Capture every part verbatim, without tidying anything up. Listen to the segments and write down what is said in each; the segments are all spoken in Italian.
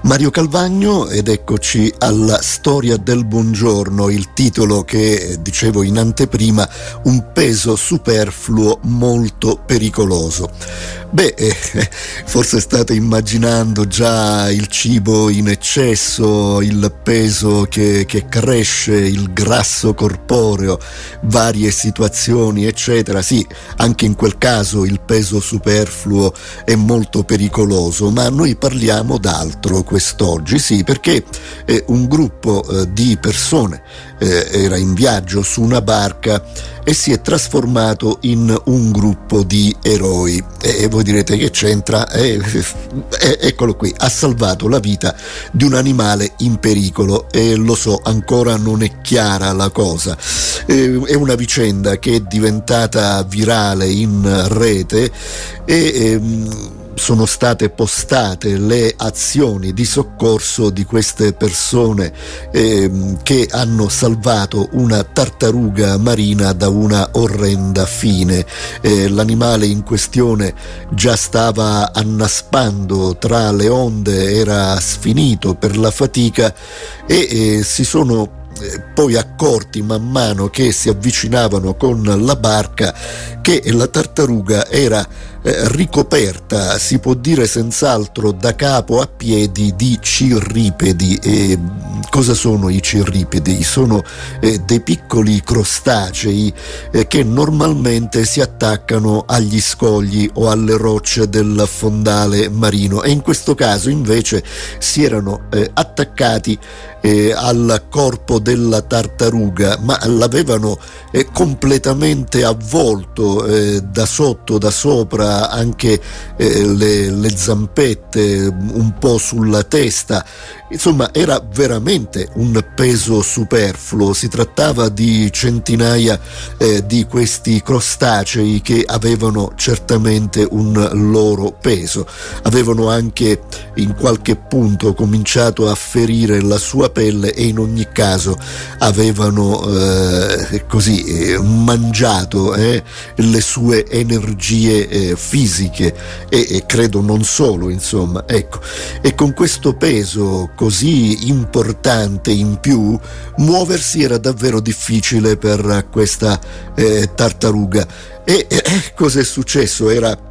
Mario Calvagno, ed eccoci alla storia del buongiorno, il titolo che dicevo in anteprima, un peso superfluo molto pericoloso. Beh, eh, forse state immaginando già il cibo in eccesso, il peso che, che cresce, il grasso corporeo, varie situazioni, eccetera. Sì, anche in quel caso il peso superfluo è molto pericoloso, ma noi parliamo d'altro quest'oggi, sì, perché eh, un gruppo eh, di persone eh, era in viaggio su una barca e si è trasformato in un gruppo di eroi. E voi direte: che c'entra? Eh, eh, eccolo qui, ha salvato la vita di un animale in pericolo, e lo so, ancora non è chiara la cosa. Eh, è una vicenda che è diventata virale in rete e ehm, sono state postate le azioni di soccorso di queste persone eh, che hanno salvato una tartaruga marina da una orrenda fine. Eh, l'animale in questione già stava annaspando tra le onde, era sfinito per la fatica e eh, si sono poi accorti man mano che si avvicinavano con la barca che la tartaruga era eh, ricoperta, si può dire senz'altro da capo a piedi, di cirripedi. E cosa sono i cirripedi? Sono eh, dei piccoli crostacei eh, che normalmente si attaccano agli scogli o alle rocce del fondale marino, e in questo caso invece si erano eh, attaccati eh, al corpo della tartaruga, ma l'avevano eh, completamente avvolto eh, da sotto, da sopra, anche eh, le, le zampette, un po' sulla testa. Insomma, era veramente un peso superfluo. Si trattava di centinaia eh, di questi crostacei che avevano certamente un loro peso. Avevano anche in qualche punto cominciato a ferire la sua pelle e in ogni caso avevano eh, così eh, mangiato eh, le sue energie eh, fisiche e, e credo non solo, insomma, ecco. E con questo peso così importante in più, muoversi era davvero difficile per questa eh, tartaruga. E eh, cosa è successo? Era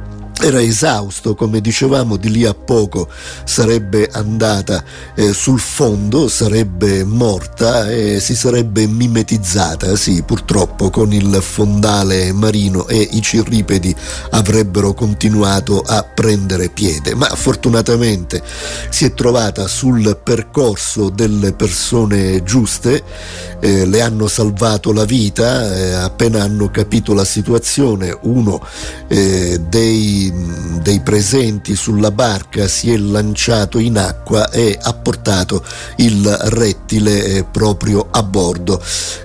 Era esausto, come dicevamo, di lì a poco sarebbe andata eh, sul fondo, sarebbe morta e si sarebbe mimetizzata, sì, purtroppo, con il fondale marino, e i cirripedi avrebbero continuato a prendere piede. Ma fortunatamente si è trovata sul percorso delle persone giuste, eh, le hanno salvato la vita. Eh, appena hanno capito la situazione, uno eh, dei dei presenti sulla barca si è lanciato in acqua e ha portato il rettile proprio a bordo.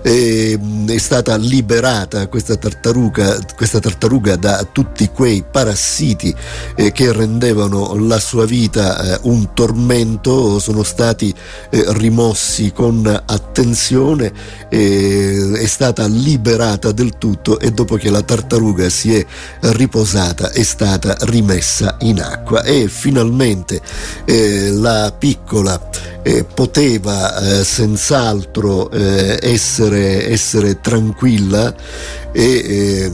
E è stata liberata questa tartaruga, questa tartaruga da tutti quei parassiti eh, che rendevano la sua vita eh, un tormento. Sono stati eh, rimossi con attenzione, eh, è stata liberata del tutto, e dopo che la tartaruga si è riposata è stata rimessa in acqua, e finalmente eh, la piccola eh, poteva eh, senz'altro eh, essere, essere tranquilla, e eh,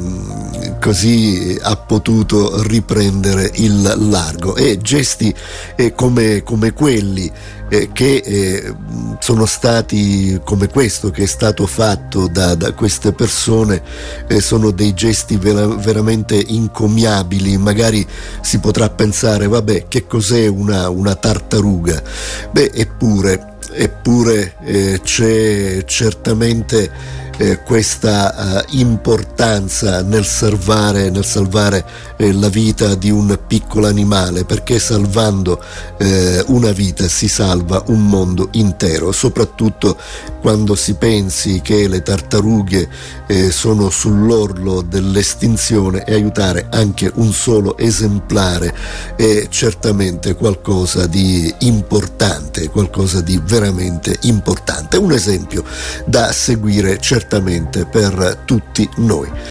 così ha potuto riprendere il largo. E gesti eh, come, come quelli eh, che eh, sono stati, come questo che è stato fatto da, da queste persone, eh, sono dei gesti vera, veramente incommiabili. Magari si potrà pensare: vabbè, che cos'è una, una tartaruga? Beh, eppure, eppure eh, c'è certamente Eh, questa eh, importanza nel salvare, nel salvare eh, la vita di un piccolo animale, perché salvando eh, una vita si salva un mondo intero, soprattutto quando si pensi che le tartarughe eh, sono sull'orlo dell'estinzione, e aiutare anche un solo esemplare è certamente qualcosa di importante, qualcosa di veramente importante, un esempio da seguire certamente per tutti noi.